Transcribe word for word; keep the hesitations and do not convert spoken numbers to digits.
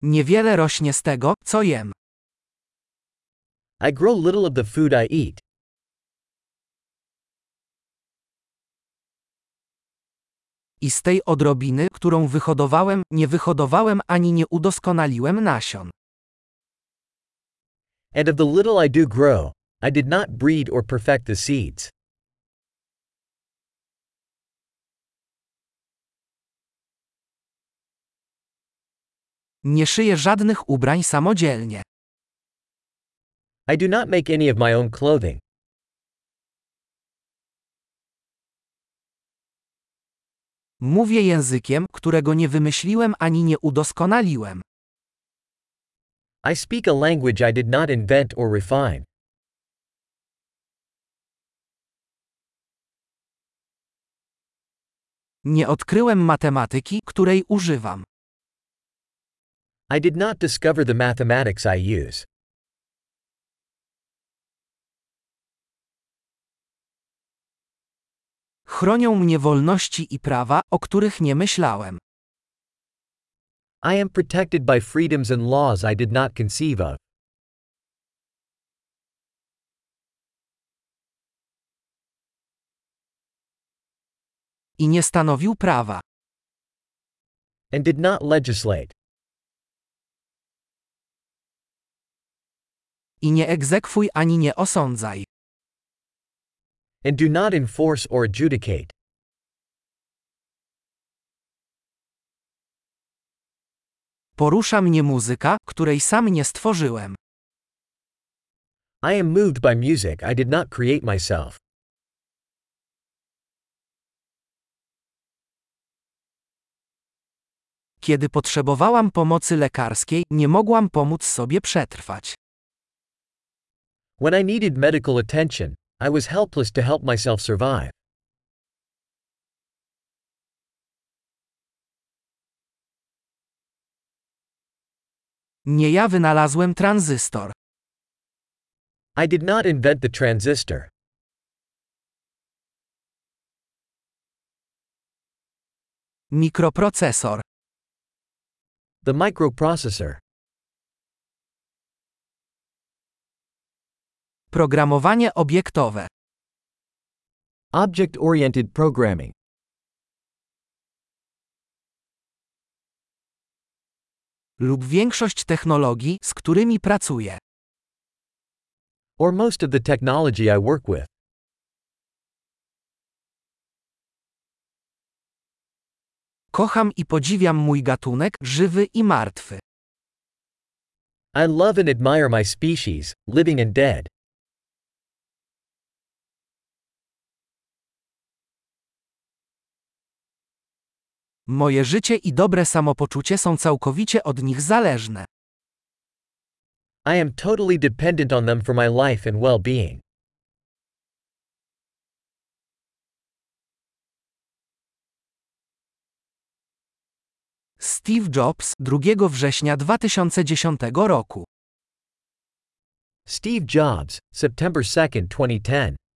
Niewiele rośnie z tego, co jem. I grow little of the food I eat. I z tej odrobiny, którą wyhodowałem, nie wyhodowałem ani nie udoskonaliłem nasion. And of the little I do grow, I did not breed or perfect the seeds. Nie szyję żadnych ubrań samodzielnie. I do not make any of my own clothing. Mówię językiem, którego nie wymyśliłem ani nie udoskonaliłem. I speak a language I did not invent or refine. Nie odkryłem matematyki, której używam. I did not discover the mathematics I use. Chronią mnie wolności i prawa, o których nie myślałem. I am protected by freedoms and laws I did not conceive of. I nie stanowił prawa. And did not legislate. I nie egzekwuj ani nie osądzaj. And do not enforce or adjudicate. Porusza mnie muzyka, której sam nie stworzyłem. I am moved by music I did not create myself. Kiedy potrzebowałam pomocy lekarskiej, nie mogłam pomóc sobie przetrwać. When I needed medical attention, I was helpless to help myself survive. Nie ja wynalazłem tranzystor. I did not invent the transistor. Mikroprocesor. The microprocessor. Programowanie obiektowe. Object-oriented programming. Lub większość technologii, z którymi pracuję. Or most of the technology I work with. Kocham i podziwiam mój gatunek, żywy i martwy. I love and admire my species, living and dead. Moje życie i dobre samopoczucie są całkowicie od nich zależne. I am totally dependent on them for my life and well-being. Steve Jobs, drugiego września dwa tysiące dziesiątego roku. Steve Jobs, September second, twenty ten.